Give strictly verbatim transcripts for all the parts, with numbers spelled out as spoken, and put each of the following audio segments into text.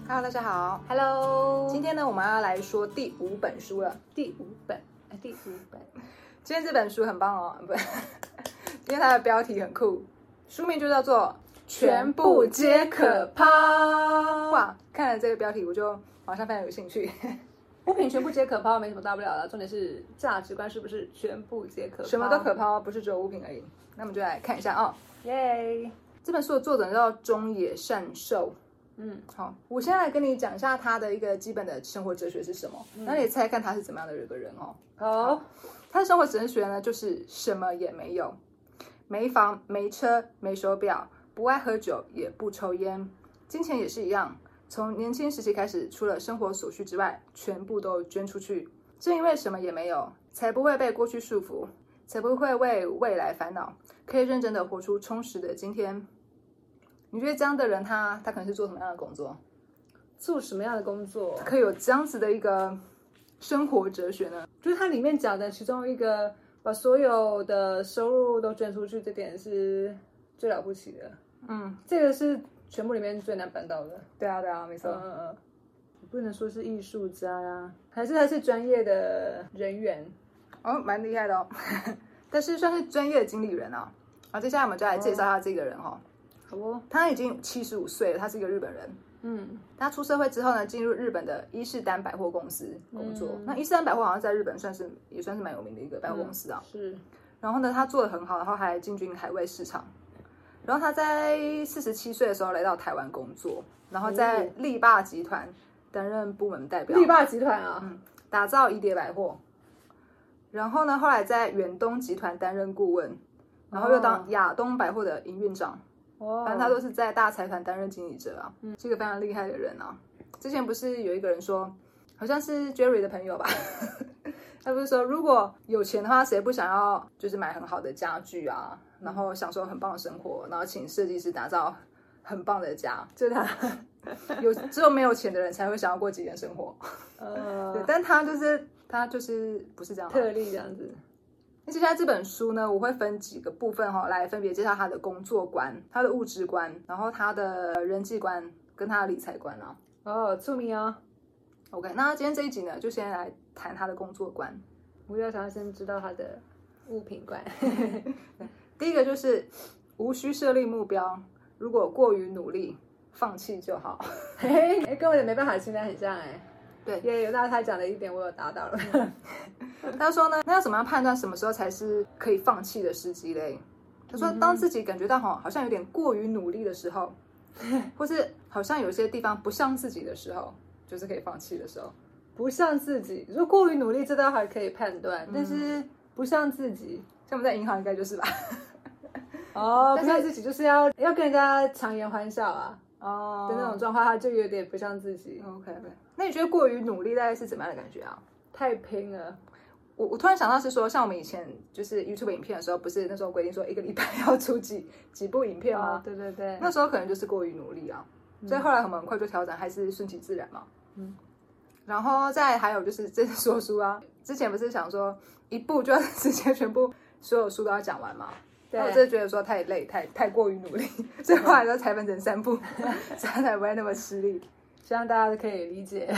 Hello， 大家好。 Hello， 今天呢，我们要来说第五本书了。 第五本，哎，第五本。 今天这本书很棒哦，不，今天它的标题很酷，书名就叫做《全部皆可抛》。哇，看了这个标题，我就马上非常有兴趣。 物品全部皆可抛，没什么大不了的，重点是价值观是不是全部皆可抛？ 什么都可抛，不是只有物品而已。那我们就来看一下哦。 耶！ 这本书的作者叫中野善寿。 嗯， 好，我先来跟你讲一下他的一个基本的生活哲学是什么，那、嗯、你猜看他是怎么样的一个人哦。 好， 他的生活哲学呢，就是什么也没有，没房没车没手表，不爱喝酒也不抽烟，金钱也是一样，从年轻时期开始，除了生活所需之外，全部都捐出去。正因为什么也没有，才不会被过去束缚，才不会为未来烦恼，可以认真的活出充实的今天。你觉得这样的人他他可能是做什么样的工作？ 做什么样的工作可以有这样子的一个生活哲学呢？ 就是它里面讲的其中一个，把所有的收入都捐出去，这点是最了不起的。嗯，这个是全部里面最难办到的。 对啊，对啊，没错。 嗯嗯嗯，不能说是艺术家呀，还是他是专业的人员哦，蛮厉害的哦。但是算是专业的经理人啊。好，接下来我们就来介绍他这个人哈、哦。 好哦， 他已经七十五岁了，他是一个日本人。嗯，他出社会之后呢，进入日本的伊势丹百货公司工作。嗯、那伊势丹百货好像在日本算是也算是蛮有名的一个百货公司啊。 嗯、是。 然后呢，他做得很好，然后还进军海外市场。然后他在四十七岁的时候来到台湾工作，然后在力霸集团担任部门代表。 力霸集团啊， 嗯，打造宜蝶百货。然后呢，后来在远东集团担任顾问，然后又当亚东百货的营运长。哦，反正他都是在大财团担任经理者啊，嗯，是一个非常厉害的人啊。之前不是有一个人说，好像是 Jerry 的朋友吧，他不是说如果有钱的话，谁不想要就是买很好的家具啊，然后享受很棒的生活，然后请设计师打造很棒的家，就是他有只有没有钱的人才会想要过极简生活。呃，对，但他就是他就是不是这样、啊， 特例这样子。 那接下来这本书呢，我会分几个部分哈、哦，来分别介绍他的工作观、他的物质观，然后他的人际观跟他的理财观啊。 哦，出名啊。 OK， 那今天这一集呢，就先来谈他的工作观。 我要想要先知道他的物品观。 第一个就是无需设立目标，如果过于努力，放弃就好。 嘿，跟我也没办法，现在很像哎。 对， 也有那他讲的一点，我有达到了。 他说呢，那要怎么样判断什么时候才是可以放弃的时机嘞？他说，当自己感觉到好好像有点过于努力的时候，或是好像有些地方不像自己的时候，就是可以放弃的时候。 不像自己，如果过于努力，这倒还可以判断，但是不像自己， 像我们在银行应该就是吧？ 哦，不像自己就是要要跟人家强颜欢笑啊。 哦、 的那种状况，他就有点不像自己。 OK OK， 那你觉得过于努力大概是怎么样的感觉啊？ 太拼了。 我我突然想到是说，像我们以前就是 YouTube 影片的时候，不是那时候规定说一个礼拜要出几几部影片吗？ 哦、对对对， 那时候可能就是过于努力啊，嗯、所以后来我们很快就调整，还是顺其自然嘛。嗯，然后再还有就是这次说书啊，之前不是想说一部就要直接全部所有书都要讲完嘛？那我真的觉得说太累，太太过于努力，所以后来都拆分成三部，这样才不会那么吃力。 希望大家都可以理解。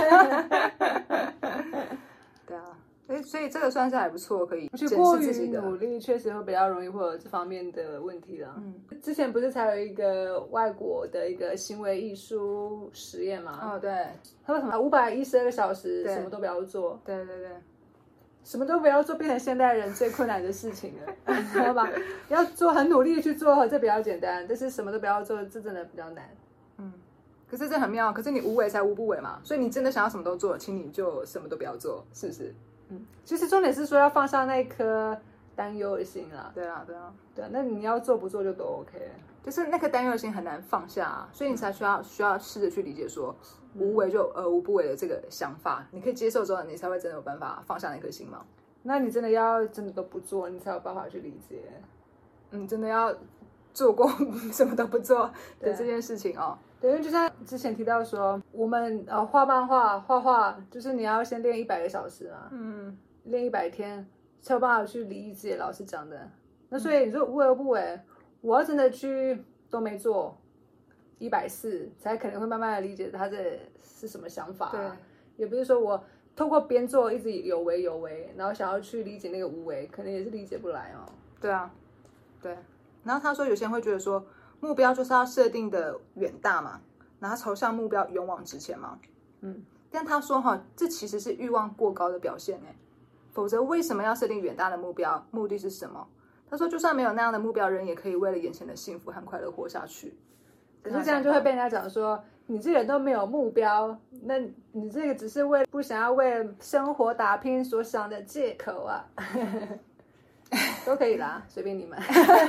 对啊，所以所以这个算是还不错，可以检视过自己的。 于努力确实会比较容易会有这方面的问题啦。嗯，之前不是才有一个外国的一个行为艺术实验嘛？ 哦，对， 他说什么五百一十二个小时什么都不要做。 对对对。 什么都不要做，变成现代人最困难的事情了，知道吧？要做很努力去做，这比较简单，但是什么都不要做，这真的比较难。 嗯，可是这很妙，可是你无为才无不为嘛，所以你真的想要什么都做，请你就什么都不要做，是不是？ 嗯，其实重点是说要放下那一颗担忧的心啦。 对啊，对啊， 对啊，那你要做不做就都 OK。 就是那颗担忧的心很难放下、啊，所以你才需要需要试着去理解说，无为就而无不为的这个想法，你可以接受之后，你才会真的有办法放下那颗心嘛。 那你真的要真的都不做，你才有办法去理解。 嗯，真的要做过什么都不做的这件事情哦。 对，因为就像之前提到说，我们呃画漫画、画画，就是你要先练一百个小时嘛，嗯，练一百天才有办法去理解老师讲的。那所以你说无为而不为，我要真的去都没做， 一百四才可能会慢慢的理解他这是什么想法、啊。 对， 也不是说我透过边做一直有为有为，然后想要去理解那个无为，可能也是理解不来哦。 对啊，对。然后他说有些人会觉得说目标就是要设定的远大嘛，然后朝向目标勇往直前嘛。嗯，但他说哈，这其实是欲望过高的表现哎，否则为什么要设定远大的目标？目的是什么？他说就算没有那样的目标，人也可以为了眼前的幸福和快乐活下去。 可是这样就会被人家讲说，你这个人都没有目标，那你这个只是为不想要为生活打拼所想的借口啊。都可以啦，随便你们。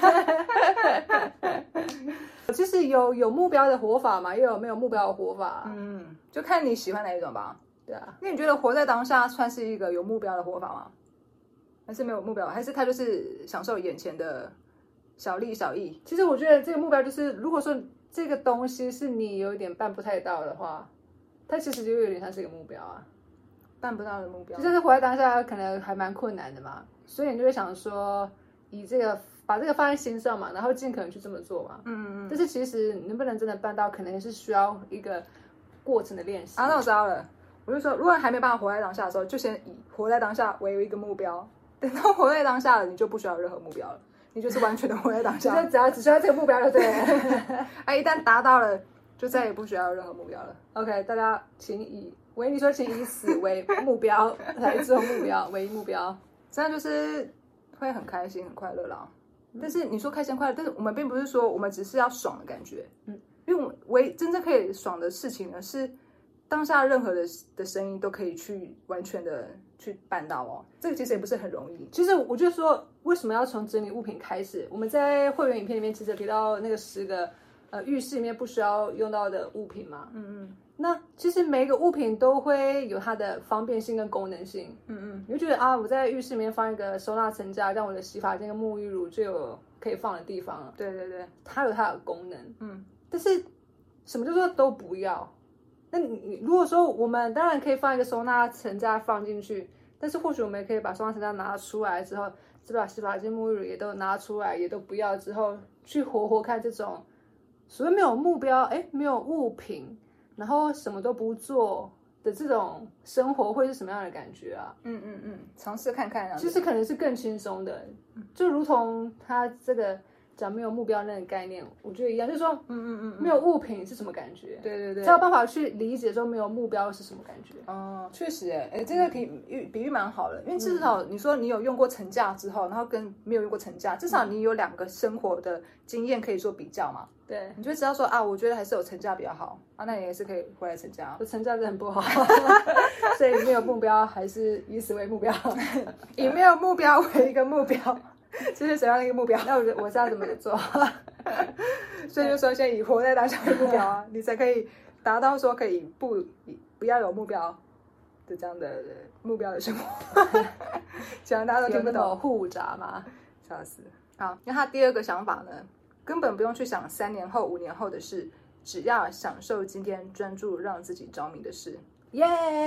其实有有目标的活法嘛，也有没有目标的活法。 嗯，就看你喜欢哪一种吧。 对啊， 那你觉得活在当下算是一个有目标的活法吗？还是没有目标？还是他就是享受眼前的小利小益？ 其实我觉得这个目标就是，如果说这个东西是你有一点办不太到的话，它其实就有点像是一个目标啊。 办不到的目标， 就像是活在当下，可能还蛮困难的嘛，所以你就会想说，以这个把这个放在心上嘛，然后尽可能去这么做嘛。嗯嗯嗯。但是其实能不能真的办到，可能也是需要一个过程的练习。 啊，那我知道了。我就说，如果还没办法活在当下的时候，就先以活在当下为一个目标。等到活在当下了，你就不需要任何目标了，你就是完全的活在当下。 只要只需要这个目标了，对。 啊，一旦达到了，就再也不需要任何目标了。 OK， 大家请以。维尼说：“请以死为目标来做目标，唯一目标， 这样就是会很开心、很快乐啦。但是你说开心快乐，但是我们并不是说我们只是要爽的感觉，嗯，因为我们唯真正可以爽的事情呢，是当下任何的的声音都可以去完全的去办到哦。这个其实也不是很容易。 其实我就说，为什么要从整理物品开始？我们在会员影片里面其实有提到那个十个呃浴室里面不需要用到的物品嘛，嗯嗯。”那其实每一个物品都会有它的方便性跟功能性，嗯嗯，你会觉得啊，我在浴室里面放一个收纳层架，让我的洗发精跟沐浴乳就有可以放的地方了。 对对对， 它有它的功能，嗯。但是什么叫做都不要？那你如果说我们当然可以放一个收纳层架放进去，但是或许我们也可以把收纳层架拿出来之后，是把洗发精、沐浴乳也都拿出来，也都不要之后，去活活看这种所谓没有目标，哎，没有物品。然后什么都不做的这种生活会是什么样的感觉啊？ 嗯嗯嗯，尝试看看啊。 其实可能是更轻松的，就如同他这个讲没有目标那个概念，我觉得一样，就是说，嗯嗯嗯，没有物品是什么感觉？ 对对对， 才有办法去理解说没有目标是什么感觉。 哦，确实，哎哎，这个比喻比喻蛮好的，因为至少你说你有用过层架之后，然后跟没有用过层架，至少你有两个生活的经验可以做比较嘛。 对， 你就知道说啊，我觉得还是有层架比较好啊，那你也是可以回来层架。 我层架真的很不好，所以没有目标还是以此为目标， 以没有目标为一个目标，这是什么样的一个目标？ 那我我是要怎么做？ 所以就说先以活在当下为目标啊，你才可以达到说可以不不要有目标的这样的目标的生活。讲大家都听不懂， 复杂吗？ 笑死。好，那他第二个想法呢？根本不用去想三年后、五年后的事，只要享受今天，专注让自己着迷的事。 耶、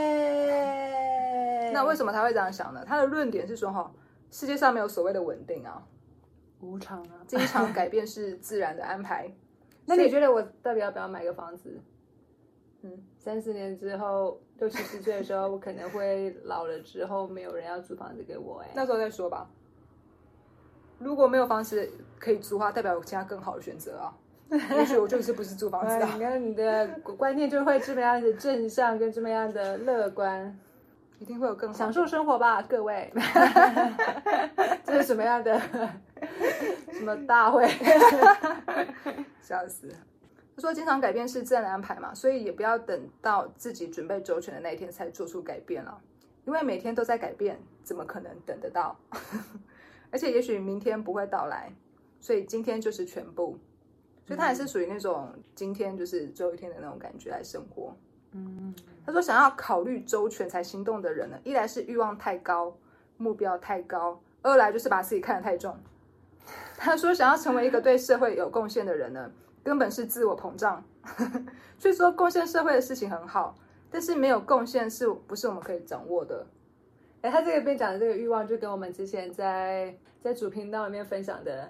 yeah! 那为什么他会这样想呢？他的论点是说，哈，世界上没有所谓的稳定啊， 无常啊， 经常改变是自然的安排。 那你觉得我到底要不要买个房子？嗯，三十年之后，六七十岁的时候，我可能会老了之后，没有人要租房子给我、欸，哎， 那时候再说吧。如果没有房子可以租的话，代表有其他更好的选择啊。也许我就是不是租房子啊。 你看你的观念就会这么样的正向，跟这么样的乐观， 一定会有更好的享受生活吧，各位。这是什么样的什么大会？ 笑死！他说经常改变是自然的安排嘛，所以也不要等到自己准备周全的那一天才做出改变了，因为每天都在改变，怎么可能等得到？而且也许明天不会到来，所以今天就是全部。所以他也是属于那种今天就是最后一天的那种感觉来生活。嗯，他说想要考虑周全才行动的人呢，一来是欲望太高，目标太高，二来就是把自己看得太重。他说想要成为一个对社会有贡献的人呢，根本是自我膨胀。所以说贡献社会的事情很好，但是没有贡献是不是我们可以掌握的？哎， 他这个边讲的这个欲望，就跟我们之前在在主频道里面分享的，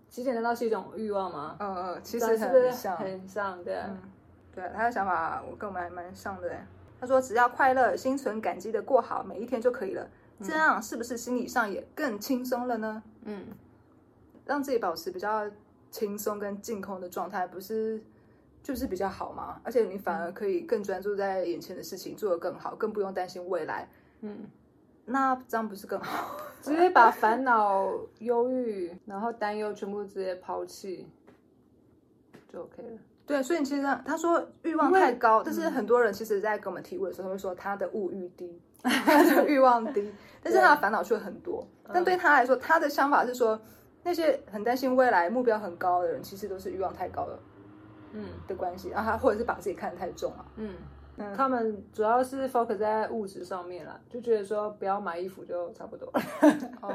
极简难道是一种欲望吗？ 嗯嗯，其实很像， 很像，对、啊嗯，对，他的想法我跟我们还蛮像的。他说只要快乐、心存感激的过好每一天就可以了，这样是不是心理上也更轻松了呢？嗯，让自己保持比较轻松跟净空的状态，不是就是比较好吗？而且你反而可以更专注在眼前的事情，做得更好，更不用担心未来。嗯，那这样不是更好？ 直接把烦恼、忧郁，然后担忧全部直接抛弃，就 OK 了。 对，所以其实他说欲望太高，但是很多人其实在跟我们提问的时候，他会说他的物欲低，他的欲望低，但是他的烦恼却很多。但对他来说，他的想法是说，那些很担心未来、目标很高的人，其实都是欲望太高了，嗯的关系，然后他或者是把自己看得太重了，嗯。 嗯、他们主要是 focus 在物质上面啦，就觉得说不要买衣服就差不多了。哦，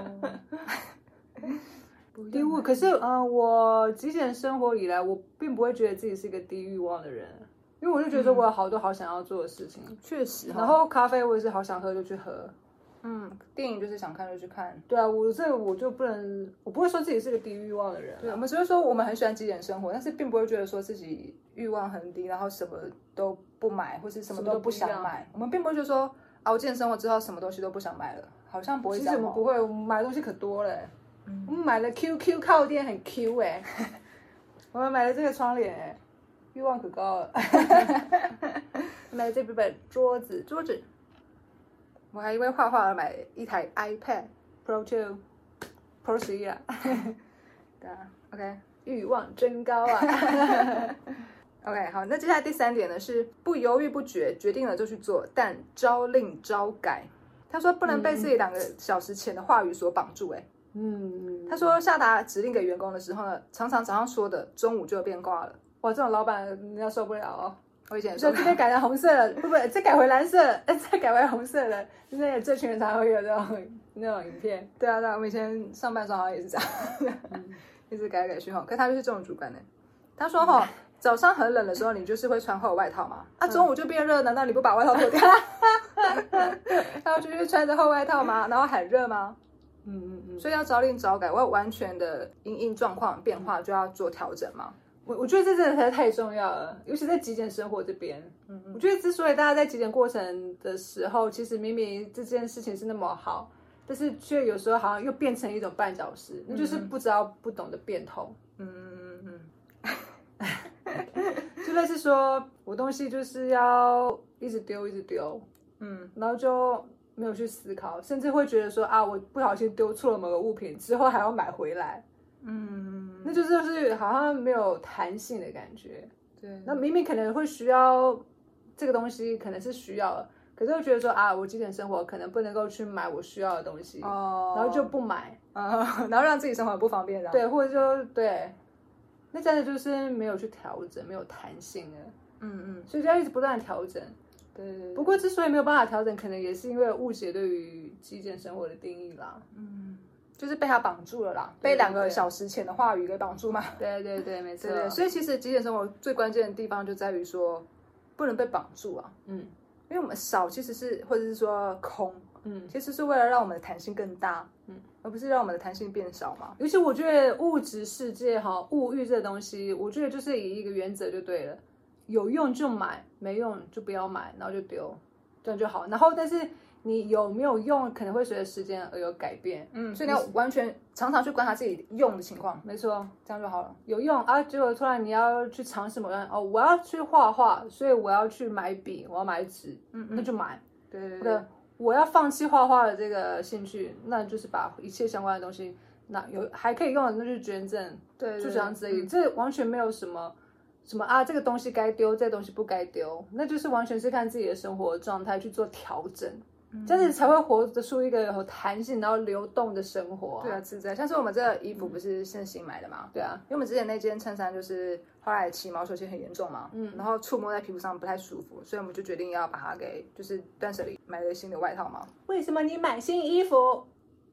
低物，可是嗯、呃，我极简生活以来，我并不会觉得自己是一个低欲望的人，因为我就觉得我有好多好想要做的事情。 确、嗯、实， 然后咖啡我也是好想喝就去喝。 嗯，电影就是想看就去看。 对啊，我这个我就不能，我不会说自己是个低欲望的人。 对，我们只会说我们很喜欢极简生活，但是并不会觉得说自己欲望很低，然后什么都不买，或是什么都不想买。我们并不会就说啊，我极简生活之后什么东西都不想买了，好像不会这样。 其实我们不会，我们买的东西可多了。嗯，我们买了 Q Q 靠垫很 Q 哎、欸，我们买了这个窗帘哎、欸，欲望可高了。买了这本桌子， 桌子。我还因为画画而买一台 iPad Pro 二 Pro 十一啊。 对啊 ，OK， 欲望真高啊。 OK， 好，那接下来第三点呢是不犹豫不决，决定了就去做，但朝令朝改。他说不能被自己两个小时前的话语所绑住、欸，哎，嗯，他说下达指令给员工的时候呢，常常早上说的，中午就变卦了。 哇，这种老板人家受不了哦。 我以前说今天改成红色了，不不，再改回蓝色了，再改回红色了，那这群人才会有这种那种影片。 对啊，对啊，我们以前上班的时候好像也是这样，嗯、一直改来改去哈。可他就是这种主管呢。他说哈，早上很冷的时候，你就是会穿厚外套嘛，啊，中午就变热，难道你不把外套脱掉？他要继续穿着厚外套吗？然后很热吗？嗯嗯嗯。所以要朝令朝改，我要完全的因应状况变化就要做调整嘛。 我我觉得这真的才太重要了，尤其在极简生活这边。嗯嗯，我觉得之所以大家在极简过程的时候，其实明明这件事情是那么好，但是却有时候好像又变成一种绊脚石，那、嗯、就是不知道不懂得变通。嗯嗯嗯嗯，就类似说我东西就是要一直丢一直丢，嗯，然后就没有去思考，甚至会觉得说啊，我不小心丢错了某个物品，之后还要买回来。嗯，那就就是好像没有弹性的感觉。对，那明明可能会需要这个东西，可能是需要的，可是会觉得说啊，我极简生活可能不能够去买我需要的东西，哦，然后就不买， 嗯，然后让自己生活不方便，然后对，或者说对，那真的就是没有去调整，没有弹性了。嗯嗯，所以就要一直不断的调整。对对对。不过之所以没有办法调整，可能也是因为误解对于极简生活的定义啦。嗯。 就是被他绑住了啦，被两个小时前的话语给绑住嘛。 对对对，没错。对对，所以其实极简生活最关键的地方就在于说，不能被绑住啊。嗯，因为我们少其实是，或者是说空，嗯，其实是为了让我们的弹性更大，嗯，而不是让我们的弹性变少嘛。 尤其我觉得物质世界哈，物欲这东西，我觉得就是以一个原则就对了，有用就买，没用就不要买，然后就丢，这样就好。然后但是。你有没有用，可能会随着时间而有改变。 嗯，所以你要完全常常去观察自己用的情况。 没错， 这样就好了。 有用啊，结果突然你要去尝试某样哦，我要去画画，所以我要去买笔，我要买纸，嗯, 嗯，那就买。 对对 对, 对。 我要放弃画画的这个兴趣，那就是把一切相关的东西，那有还可以用的那就捐赠。对, 对, 对，就这样子而已。嗯、这完全没有什么。什么啊？这个东西该丢，这个东西不该丢，那就是完全是看自己的生活状态去做调整。这样子才会活得出一个有弹性然后流动的生活、啊。 对啊，自在。像是我们这个衣服不是现新买的嘛？ 对啊， 因为我们之前那件衬衫就是后来起毛球其实很严重嘛，嗯，然后触摸在皮肤上不太舒服，所以我们就决定要把它给就是断舍离，买了新的外套嘛。 为什么你买新衣服？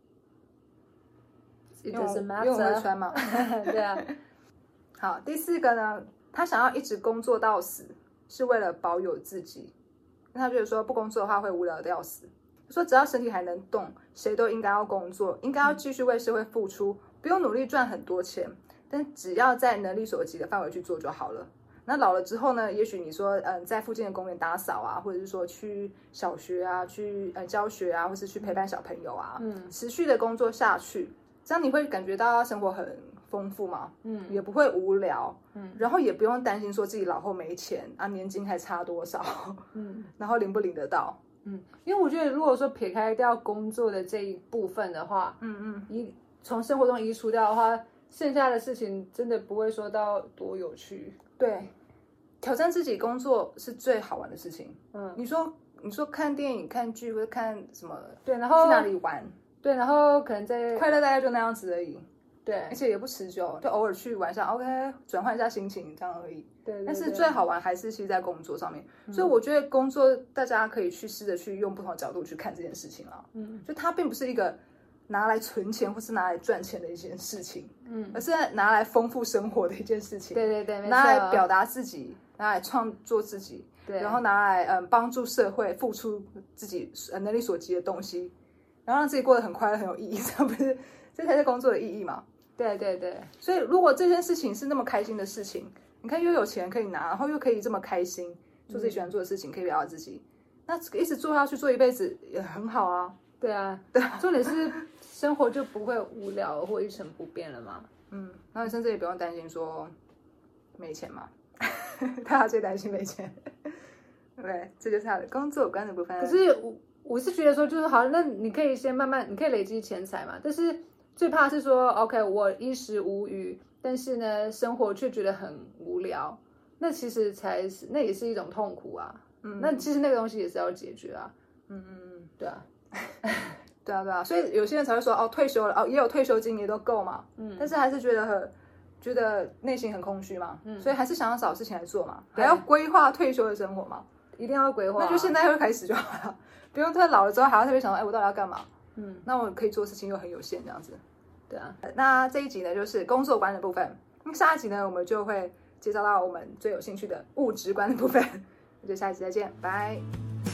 因为我会穿嘛。 对啊。 好，第四个呢，他想要一直工作到死，是为了保有自己。他觉得说不工作的话会无聊的要死，说只要身体还能动，谁都应该要工作，应该要继续为社会付出，不用努力赚很多钱， 但只要在能力所及的范围去做就好了。那老了之后呢，也许你说嗯，在附近的公园打扫啊，或者是说去小学啊，去呃教学啊，或是去陪伴小朋友啊，嗯，持续的工作下去，这样你会感觉到生活很丰富嘛，嗯，也不会无聊，嗯，然后也不用担心说自己老后没钱啊，年金还差多少，嗯，然后领不领得到， 嗯，因为我觉得如果说撇开掉工作的这一部分的话，嗯嗯，移从生活中移除掉的话，剩下的事情真的不会说到多有趣， 对，挑战自己工作是最好玩的事情，嗯，你说你说看电影、看剧或者看什么， 对，然后去哪里玩， 对，然后可能在快乐大概就那样子而已。 对， 而且也不持久，就偶尔去玩一下 ，OK， 转换一下心情这样而已。 对, 对, 对， 但是最好玩还是其实在工作上面，嗯、所以我觉得工作大家可以去试着去用不同的角度去看这件事情啊。嗯，就它并不是一个拿来存钱或是拿来赚钱的一件事情，嗯，而是拿来丰富生活的一件事情。 对对对， 拿来表达自己，拿来创作自己，对，然后拿来嗯帮助社会，付出自己能力所及的东西，然后让自己过得很快乐、很有意义，这不是这才是工作的意义嘛？ 对对对， 所以如果这件事情是那么开心的事情，你看又有钱可以拿，然后又可以这么开心做自己喜欢做的事情，可以表达自己，那一直做下去做一辈子也很好啊。 对啊，对，重点是生活就不会无聊或一成不变了嘛。 嗯，然后你甚至也不用担心说没钱嘛，大家最担心没钱。对，这就是他的工作观的部分。 可是我我是觉得说，就是好，那你可以先慢慢，你可以累积钱财嘛，但是。最怕是说 ，OK， 我衣食无余，但是呢，生活却觉得很无聊，那其实才是，那也是一种痛苦啊。嗯，那其实那个东西也是要解决啊。嗯嗯嗯，对啊， 对啊对啊，所以有些人才会说，哦，退休了，哦，也有退休金也都够嘛。嗯，但是还是觉得很，觉得内心很空虚嘛。嗯，所以还是想要找事情来做嘛，还要规划退休的生活嘛， 一定要规划、啊。 那就现在就开始就好了，不用太老了之后还要特别想到，哎，我到底要干嘛？嗯，那我可以做事情又很有限，这样子。 对啊， 那这一集呢就是工作观的部分，下一集呢我们就会介绍到我们最有兴趣的物质观的部分，那就下一集再见，拜。